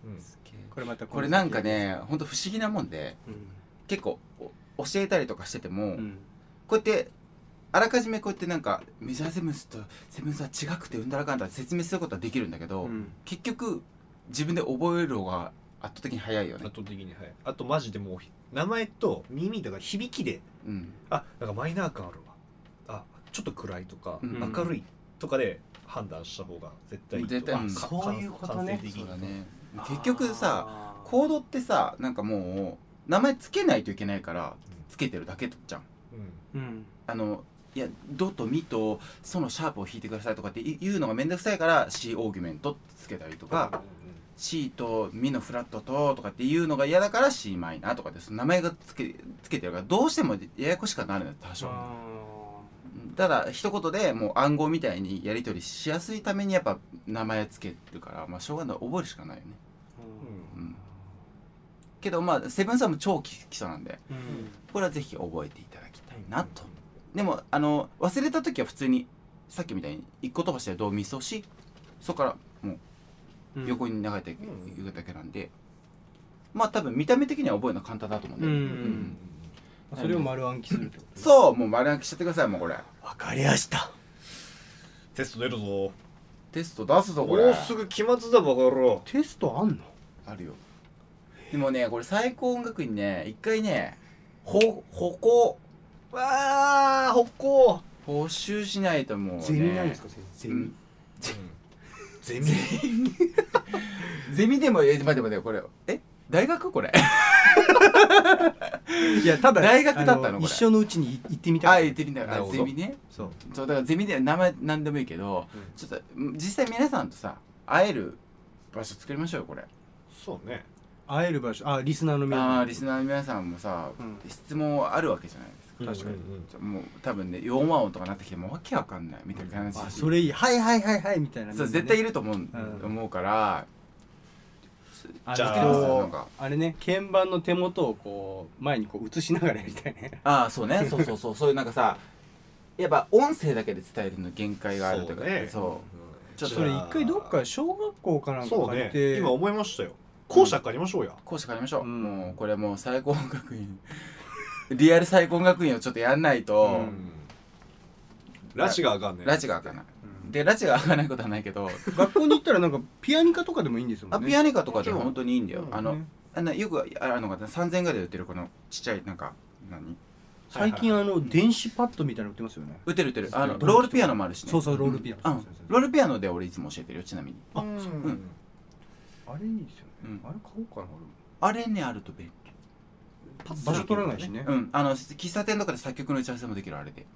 Speaker 2: これまた
Speaker 3: これなんかねほんと不思議なもんで
Speaker 2: うん
Speaker 3: 結構教えたりとかしてても、
Speaker 2: うん
Speaker 3: こうやってあらかじめこうやってなんかメジャーセブンスとセブンスは違くてうんだらかんだって説明することはできるんだけど、
Speaker 2: うん
Speaker 3: 結局自分で覚える方が圧倒的に早いよね。
Speaker 1: 圧倒的にあとマジでもう名前と耳とか響きで
Speaker 3: うん
Speaker 1: なんかマイナー感あるわ、ちょっと暗いとか、
Speaker 3: うん
Speaker 1: 明るいとかで判断した方が絶対いいと
Speaker 3: 絶対
Speaker 2: そういうことね
Speaker 1: 感性的に
Speaker 3: そうだね。結局さコードってさなんかもう名前つけないといけないからつけてるだけじゃん。
Speaker 2: うん
Speaker 3: いやドとミとソのシャープを弾いてくださいとかっていうのがめんどくさいから C オーギュメントってつけたりとか、C とミのフラットとかっていうのが嫌だから C マイナーとかでその名前がつけてるからどうしてもややこしくなるんだ多少。ただ一言でもう暗号みたいにやり取りしやすいためにやっぱ名前つけるからまあしょうがない覚えるしかないよね。うんけどまあセブンさんも超基礎なんでこれはぜひ覚えていただきたいなと。でも忘れた時は普通にさっきみたいに一個飛ばしてドミソシそこからもう横に流れていくだけなんで、まあ多分見た目的には覚えるの簡単だと思うんで、
Speaker 2: それを丸暗記するってこと
Speaker 3: そうもう丸暗記しちゃってくださいもうこれ。
Speaker 2: わかりやした
Speaker 1: テスト出るぞ。
Speaker 3: テスト出すぞこれ。
Speaker 1: もうすぐ期末だバカ野郎。
Speaker 2: テストあんの
Speaker 3: あるよ。でもねこれ最高音楽院ね一回ね歩行
Speaker 1: 歩行
Speaker 3: 補習しないともうね。
Speaker 2: ゼミなんですかゼミ
Speaker 1: ゼミ
Speaker 3: ゼミでも待ってこれ大学これ
Speaker 2: いやただ
Speaker 3: 大学だったのこれ
Speaker 2: 一緒のうちに行ってみたい。
Speaker 3: 言ってみたらゼミね。
Speaker 2: そう
Speaker 3: だからゼミで名前なんでもいいけど、ちょっと実際皆さんとさ会える場所作りましょうよこれ。
Speaker 1: そうね。
Speaker 2: 会える場所リスナーの皆さん
Speaker 3: リスナーの皆さんもさ、質問あるわけじゃないですか。
Speaker 2: 確かに
Speaker 3: もう多分ね4和音とかなってきてもうわけわかんないみたいな感じ。
Speaker 2: それいいはいみたいな。
Speaker 3: そう絶対いると思うから
Speaker 1: じゃあ
Speaker 2: あれね鍵盤の手元をこう前にこう映しながらやりたいね。
Speaker 3: そうねそうそういうなんかさやっぱ音声だけで伝えるの限界があるとかそう
Speaker 2: ちょっとそれ一回どっか小学校かなんか借りて
Speaker 1: 今思いましたよ。校舎借りましょうや。
Speaker 3: 校舎借りましょう。もうこれもう最高音楽院リアル最高音楽院をちょっとやんないと
Speaker 1: 拉致があかんね。
Speaker 3: 拉致があかんない。で拉致があかないことはないけど
Speaker 2: 学校に行ったらなんかピアニカとかでもいいんですよね。
Speaker 3: ピアニカとかで本当にいいんだよ。よくあるのが3000円ぐらいで売ってるこのちっちゃいなんか
Speaker 2: 最近電子パッドみたいなの売ってますよね。
Speaker 3: 売ってるロールピアノもあるしね。
Speaker 2: そうロールピアノ。
Speaker 3: ロールピアノで俺いつも教えてるよちなみに。
Speaker 2: あれいいですよね。あれ買おうかな。
Speaker 3: あれねあると便利。
Speaker 2: 場所取らないしね。
Speaker 3: 喫茶店とかで作曲の打ち合わせもできるあれで。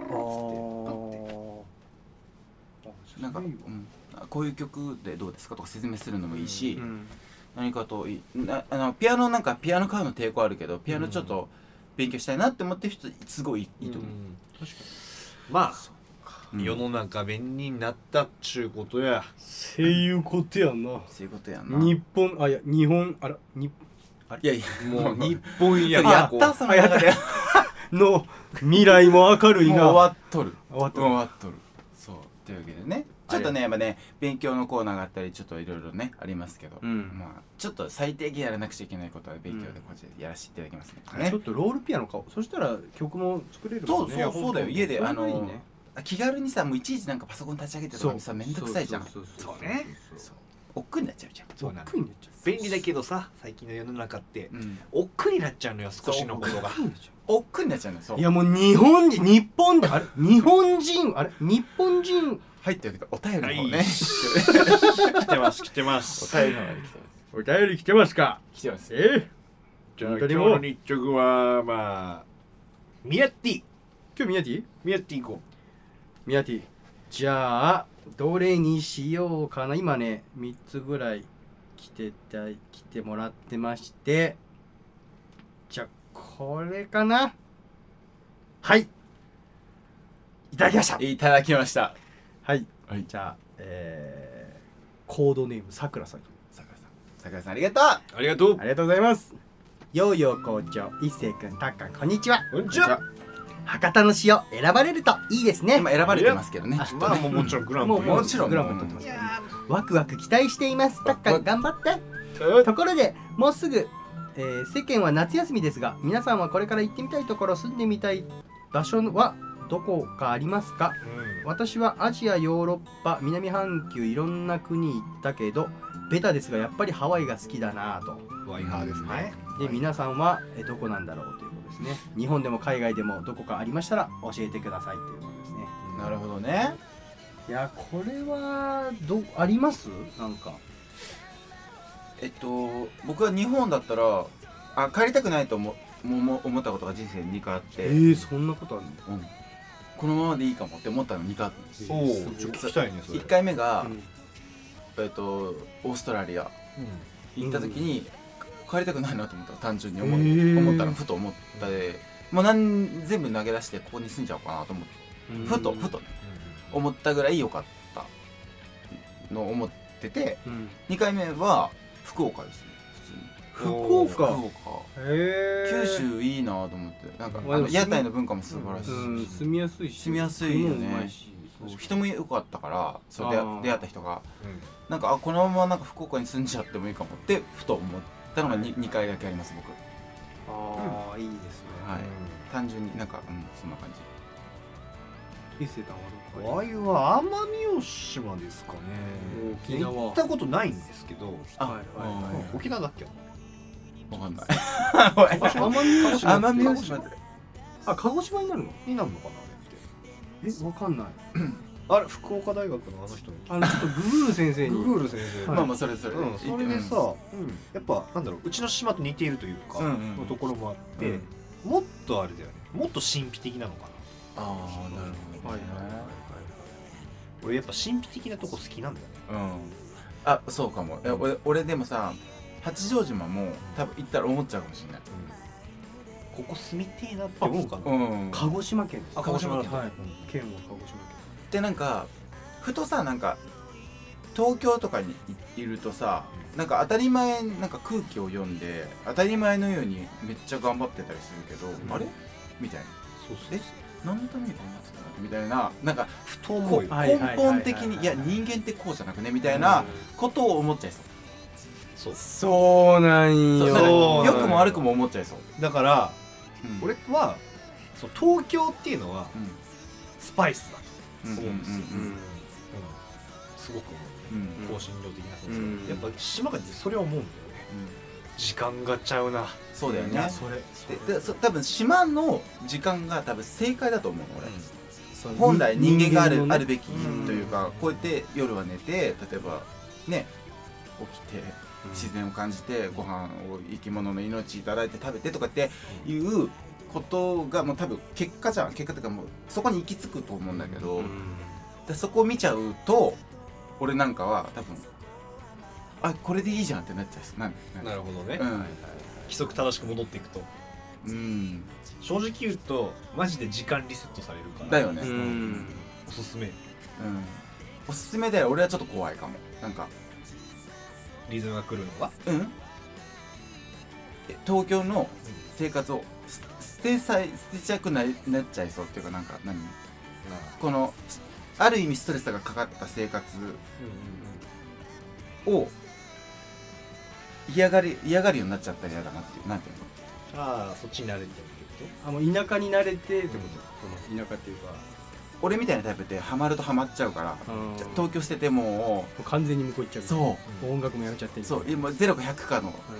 Speaker 3: なんかこういう曲でどうですかとか説明するのもいいし、何かとピアノなんかピアノ買うの抵抗あるけどピアノちょっと勉強したいなって思ってる人すごいいいと思う。
Speaker 1: 確かに。まあ世の中便利になったっちゅうことや。
Speaker 2: そういうことやな。
Speaker 3: そういうことやな。
Speaker 2: 日本
Speaker 3: いやいや
Speaker 1: もう日本や
Speaker 3: やったその中で
Speaker 2: の未来も明るいな。
Speaker 3: もう終わっとる。そうというわけでねちょっとねやっぱね勉強のコーナーがあったりちょっといろいろねありますけど、まあちょっと最低限やらなくちゃいけないことは勉強でこっちでやらせていただきますね。
Speaker 2: ちょっとロールピアノ買おう。そしたら曲も作れるもんね。
Speaker 3: そうだよ家で気軽にさもういちいちなんかパソコン立ち上げてとかさめんどくさいじゃん。
Speaker 1: そうね。
Speaker 3: 億劫になっちゃうじゃん。
Speaker 2: 億劫になっちゃう。
Speaker 1: 便利だけどさ最近の世の中って億劫になっちゃうのよ少しのことが。
Speaker 3: 億劫になっちゃうのよ。
Speaker 2: いやもう日本人入
Speaker 3: ってるけどお便りの方ね。
Speaker 1: 来てます。
Speaker 3: お便りの方が来てます。
Speaker 2: お便り来てますか。
Speaker 3: 来てます。
Speaker 1: じゃあ今日の日直はまあミヤッティ。
Speaker 2: 今日ミヤティ
Speaker 1: 行こ
Speaker 2: う。ミヤティ。じゃあどれにしようかな。今ね3つぐらい来てもらってまして、じゃあこれかな。はいいただきました。
Speaker 3: いただきました。
Speaker 2: はい、じゃあコードネームさくらさん。
Speaker 3: さくらさんありがとう。
Speaker 1: ありがとう。
Speaker 2: ありがとうございます。ヨーヨー校長、一星くん、たっかん、こんにちは。
Speaker 1: こんにちは。
Speaker 2: 博多の塩選ばれるといいですね。
Speaker 3: 今選ばれてますけどね。
Speaker 1: まあもちろんグランプリ。
Speaker 3: もちろん
Speaker 2: グランプリ取ってます。ワクワク期待しています。たっかん頑張って。 ところでもうすぐ、世間は夏休みですが、皆さんはこれから行ってみたいところ、住んでみたい場所はどこかありますか？私はアジア、ヨーロッパ、南半球いろんな国行ったけど、ベタですがやっぱりハワイが好きだなぁと。
Speaker 1: ワイハーですね。
Speaker 2: で、皆さんはどこなんだろうということですね。日本でも海外でもどこかありましたら教えてくださいということですね。
Speaker 3: なるほどね。
Speaker 2: いや、これはあります？なんか
Speaker 3: 僕は日本だったら帰りたくないと思ったことが人生に2回あって、
Speaker 2: そんなことあるの？
Speaker 3: このままでいいかもって思ったの2回あったんです。
Speaker 1: おお、ちょっと聞きたいねそれ。
Speaker 3: 1回目が、オーストラリア行った時に、帰りたくないなと思った。単純に思ったの、ふと思ったで、もう全部投げ出してここに住んじゃおうかなと思って、ふとね思ったぐらい良かったのを思ってて、2回目は福岡ですね。
Speaker 2: 福岡
Speaker 3: 九州いいなと思って、なんか屋台の文化も素晴らしいし、
Speaker 2: 住みやすいし、
Speaker 3: 住みやすいよね。人も良かったから、それで出会った人がなんかこのままなんか福岡に住んじゃってもいいかもってふと思ったのが 2回だけあります僕。
Speaker 2: いいですね。
Speaker 3: はい、単純になんかそんな感じ。
Speaker 2: 伊勢丹はどこ？
Speaker 1: ワイは奄美大島ですかね。
Speaker 2: 沖縄
Speaker 1: 行ったことないんですけど、沖縄だっけ？
Speaker 3: わかんない。
Speaker 2: 奄美大島で、鹿児島になるの？
Speaker 1: になるのかなあれって。
Speaker 2: わかんない。
Speaker 1: あれ福岡大学のあの人に。
Speaker 2: ちょっとググール先生に。
Speaker 1: ググール先生。
Speaker 3: まあそれ
Speaker 1: それでさ、やっぱなんだろう、うちの島と似ているというかのところもあって、もっとあれだよね。もっと神秘的なのかな。
Speaker 3: なるほど。
Speaker 1: 俺やっぱ神秘的なとこ好きなんだよ
Speaker 3: ね。そうかも。俺でもさ、八丈島も多分行ったら思っちゃうかもしれない。
Speaker 1: ここ住みてえなって思うかな。
Speaker 2: 鹿児島県です。
Speaker 1: 鹿児島県。
Speaker 2: 県は鹿児島県。
Speaker 3: でなんかふとさ、なんか東京とかにいるとさ、なんか当たり前、なんか空気を読んで当たり前のようにめっちゃ頑張ってたりするけど、あれみたいな。何のために頑張ってたのみたいな、なんか
Speaker 1: ふと思うよ。
Speaker 3: 根本的に、いや人間ってこうじゃなくねみたいなことを思っちゃいそう。
Speaker 2: そうなんよ。
Speaker 3: 良くも悪くも思っちゃいそう。
Speaker 1: だから俺は東京っていうのはスパイスだと思うんですよ。すごく思う。香辛料的な。やっぱ島がそれは思うんだよね。時間がちゃうな。
Speaker 3: そうだよね。多分島の時間が多分正解だと思うの俺。本来人間があるべきというか、こうやって夜は寝て、例えばね起きて自然を感じて、ご飯を生き物の命いただいて食べてとかっていうことがもう多分結果じゃん。結果というかもうそこに行き着くと思うんだけど、そこを見ちゃうと俺なんかは多分これでいいじゃんってなっちゃう。
Speaker 1: なるほどね。規則正しく戻っていくと、正直言うとマジで時間リセットされるから
Speaker 3: だよね。
Speaker 1: おすすめ。
Speaker 3: おすすめだよ。俺はちょっと怖いかも。なんか
Speaker 1: リズムが来るのが
Speaker 3: 東京の生活を捨てちゃくなっちゃいそうっていうか、なんかこのある意味ストレスがかかった生活を嫌がるようになっちゃったら嫌だなっていう。なんていう
Speaker 1: の？そっちに慣れてるって
Speaker 2: こと？もう田舎に慣れてってこと？その田舎っていうか、
Speaker 3: 俺みたいなタイプってハマるとハマっちゃうから、東京捨てても
Speaker 2: う完全に向こう行っちゃう。そう。音楽もやめちゃってる。
Speaker 3: そう。今0か100か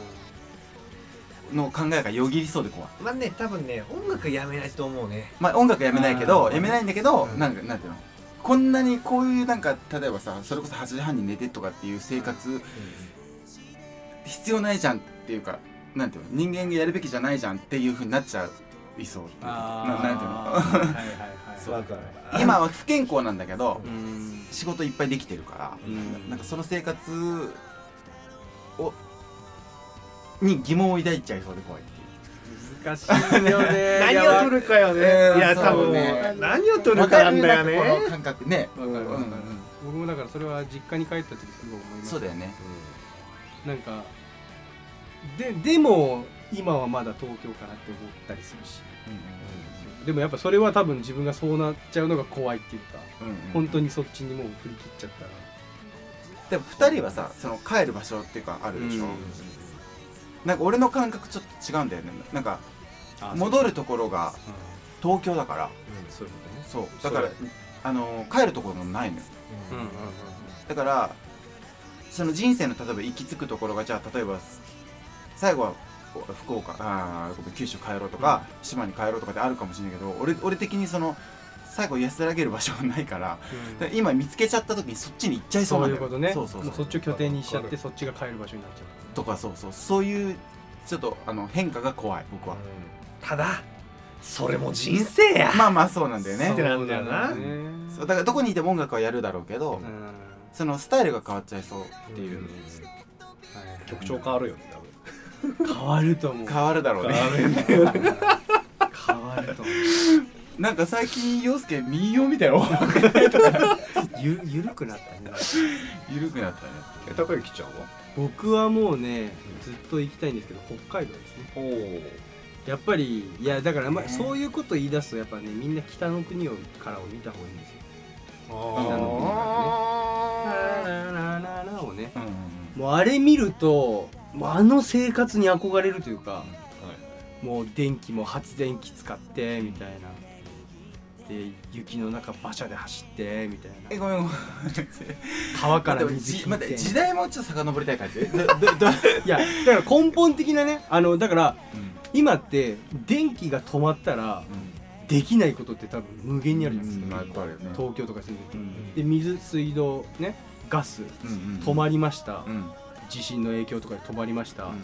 Speaker 3: の考えがよぎりそうで怖い。
Speaker 1: まあね、多分ね、音楽やめないと思うね。
Speaker 3: まあ音楽やめないけど、やめないんだけど、なんていうの、こんなにこういうなんか例えばさ、それこそ8時半に寝てとかっていう生活必要ないじゃんっていうか、なんていうの、人間がやるべきじゃないじゃんっていう風になっちゃいそう。なんていうの、今は不健康なんだけど仕事いっぱいできてるから、なんかその生活に疑問を抱いちゃいそうで怖いっていう。
Speaker 2: 難しいよね。
Speaker 1: 何を取るかよね。いや多分ね、何を取るかなんだよね。
Speaker 3: この感覚ね。
Speaker 2: 僕もだからそれは実家に帰った時すごい思います。
Speaker 3: そうだよね。
Speaker 2: なんかでも今はまだ東京かなって思ったりするし、でもやっぱそれは多分自分がそうなっちゃうのが怖いっていうか、本当にそっちにもう振り切っちゃったら
Speaker 3: でも2人はさその帰る場所っていうかあるでしょ、なんか俺の感覚ちょっと違うんだよね。なんか戻るところが東京だから、
Speaker 2: そういうことね。
Speaker 3: そうだから帰るところもないのよ。だからその人生の例えば行き着くところがじゃあ例えば最後は福岡九州帰ろうとか、島に帰ろうとかであるかもしれないけど、俺的にその最後安らげる場所がないから、今見つけちゃった時にそっちに行っちゃいそうなんだよ。
Speaker 2: そういうことね。そうそっちを拠点にしちゃってそっちが帰る場所になっちゃう
Speaker 3: とか、そういうちょっと変化が怖い僕は。
Speaker 1: ただそれも人生や。
Speaker 3: まあそうなんだよね。
Speaker 1: ってなんだよな。
Speaker 3: そうだからどこにいても音楽はやるだろうけど、そのスタイルが変わっちゃいそうっていう。
Speaker 1: 曲調変わるよね多分。
Speaker 2: 変わると思う。
Speaker 3: 変わるだろうね。
Speaker 2: 変わると思う。
Speaker 3: なんか最近陽介民謡みたいな
Speaker 2: ゆるくなったね。
Speaker 3: ゆるくなったね。
Speaker 1: 高之ちゃんは？
Speaker 2: 僕はもうねずっと行きたいんですけど北海道ですね。やっぱりいやだからそういうこと言い出すとやっぱねみんな北の国からを見た方がいいんですよ。北の国からね。をね。もうあれ見るともう生活に憧れるというか、もう電気も発電機使ってみたいな。で雪の中馬車で走ってみたいな。
Speaker 3: ごめん
Speaker 2: 川から水引いて。
Speaker 3: 待って時代もちょっと遡りたい感じ。い
Speaker 2: やだから根本的なねだから、今って電気が止まったら、できないことって多分無限にあるじゃないですか。東京とか住んでて、で水水道ねガス、止まりました、地震の影響とかで止まりました、ど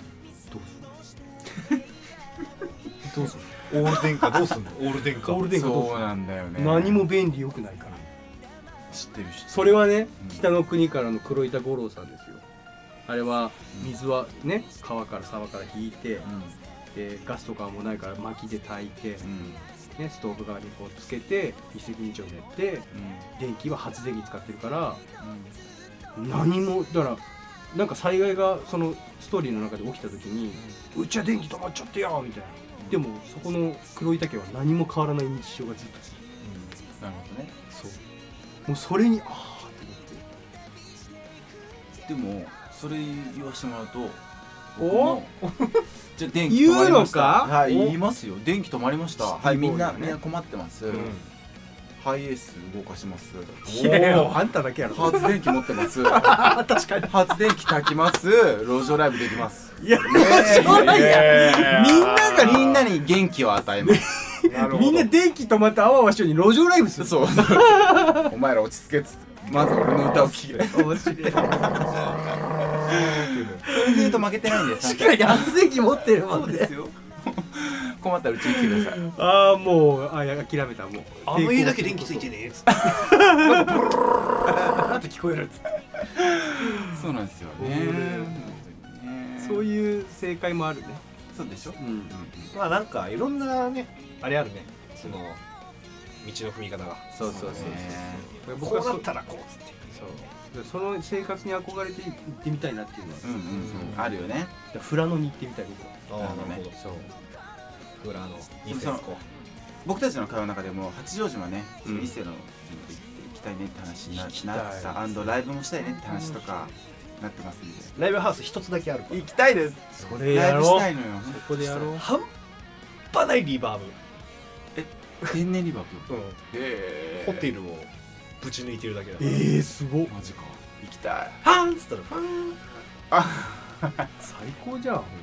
Speaker 2: うする
Speaker 1: オール電化どうすんの？オール電化
Speaker 3: そうなんだよね。
Speaker 2: 何も便利良くないから。
Speaker 3: 知ってる
Speaker 2: それはね、北の国からの黒板五郎さんですよ。あれは水はね川から沢から引いて、でガスとかもないから薪で炊いて、ね、ストーブ側にこうつけて一石二鳥でやって、電気は発電機使ってるから、何もだからなんか災害がそのストーリーの中で起きた時にうちは電気止まっちゃってよみたいな。でもそこの黒板家は何も変わらない日常がずっとする。
Speaker 3: なるほどね。
Speaker 2: そうもうそれにって
Speaker 3: 思って。でもそれ言わしてもらうと
Speaker 2: お
Speaker 3: じゃあ電気止まりました。
Speaker 2: 言うのか？
Speaker 3: はい言いますよ。電気止まりました。はいみんな困ってます。ハイエース動かします。
Speaker 2: いやあんただけやろ。
Speaker 3: 発電機持ってます。
Speaker 2: 確かに
Speaker 3: 発電機炊きます。路上ライブできます。
Speaker 2: いや路上ライブ
Speaker 3: みんなに元気を与えます。
Speaker 2: みんな電気止まってあわあわしように路上ライブする。
Speaker 3: そうお前ら落ち着けっつってまず俺の歌を聴け。
Speaker 2: 面白い。
Speaker 3: それで言うと負けてないんです。
Speaker 2: 確かに発電機持ってるもんね。
Speaker 3: そうですよ。困ったらうちに来てください。
Speaker 2: ああもう諦めた。もう
Speaker 1: 家だけ電気ついてねえっつってなんて聞こえるっつって。
Speaker 3: そうなんですよね。
Speaker 2: そういう正解もあるね。
Speaker 3: そうでしょ。
Speaker 1: まあなんかいろんなねあれあるね。その道の踏み方が。
Speaker 2: そう
Speaker 1: こうなったらこうっつって。
Speaker 2: その生活に憧れて行ってみたいなっていうのは
Speaker 3: あるよね。
Speaker 2: 富良野に行ってみたい僕は。
Speaker 1: なるほど。そう富良野ニセスコ。
Speaker 3: 僕たちの会話の中でも八丈島ね伊勢の行きたいねって話になったアンドライブもしたいねって話とかなってますんで。
Speaker 1: ライブハウス一つだけあるから。
Speaker 3: 行きたいです。
Speaker 2: それやろう。
Speaker 3: ライブしたいのよ。
Speaker 2: そこでやろう。
Speaker 1: 半端ないリバーブ。
Speaker 3: 天然リバーブ。
Speaker 1: ホテルをぶち抜いてるだけだ。
Speaker 2: すごっ。
Speaker 3: マジか。行きたい。
Speaker 1: はーんっつったらファーン。
Speaker 2: 最高じゃん。
Speaker 3: 行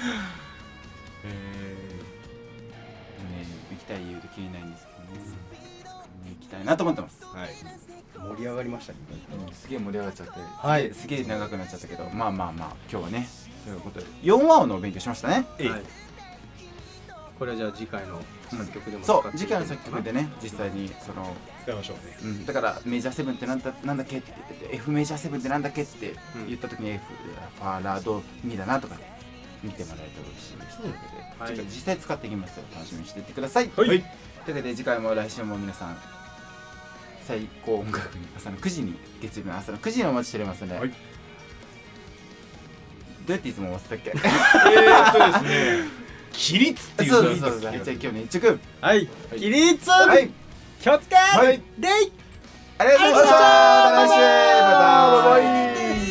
Speaker 3: きたい理由で切れないんですけどね。行きたいなと思ってます。
Speaker 1: はい。
Speaker 2: 盛り上がりましたね。
Speaker 3: すげえ盛り上がっちゃって、
Speaker 2: はい、
Speaker 3: すげえ長くなっちゃったけど、まあ今日はね、そういうことで4和音の勉強しましたね。
Speaker 2: はい。これはじゃあ次回の作曲でも
Speaker 3: そう次回の作曲でね実際にその
Speaker 1: 使いましょうね。
Speaker 3: だからメジャーセブンってなんだっけって言ってて F メジャーセブンってなんだっけって言った時に F ファラドミだなとか見てもらえたら嬉しいですということで、実際使っていきますので楽しみにしていってください。はい。というわけで次回も来週も皆さん最高音楽に朝の9時に月曜日の朝の9時にお待ちしておりますので、どうやっていつも思ってたっけ？
Speaker 1: ですね。起立っていう。
Speaker 3: そうじゃあ今日ね一曲
Speaker 2: はい起立。
Speaker 3: はい
Speaker 2: 気をつけ。はい。
Speaker 3: ありがとうございました。また来週バイバイ。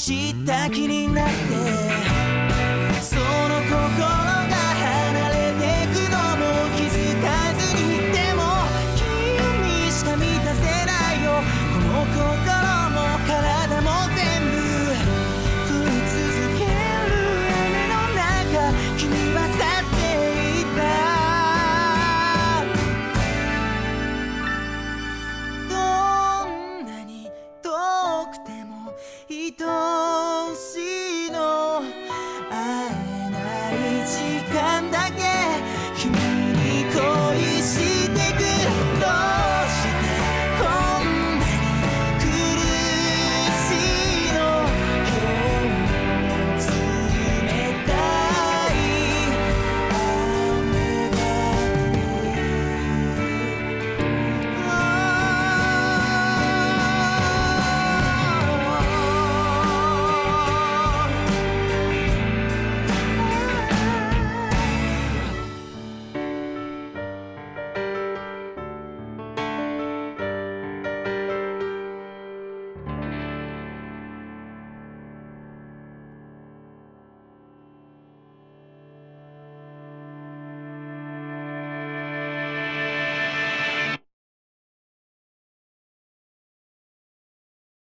Speaker 4: 知った気になって、その心が離れてくのも気づかずに、でも君にしか満たせないよ、この心も体も全部降り続ける雨の中、君は去っていった。どんなに遠くても愛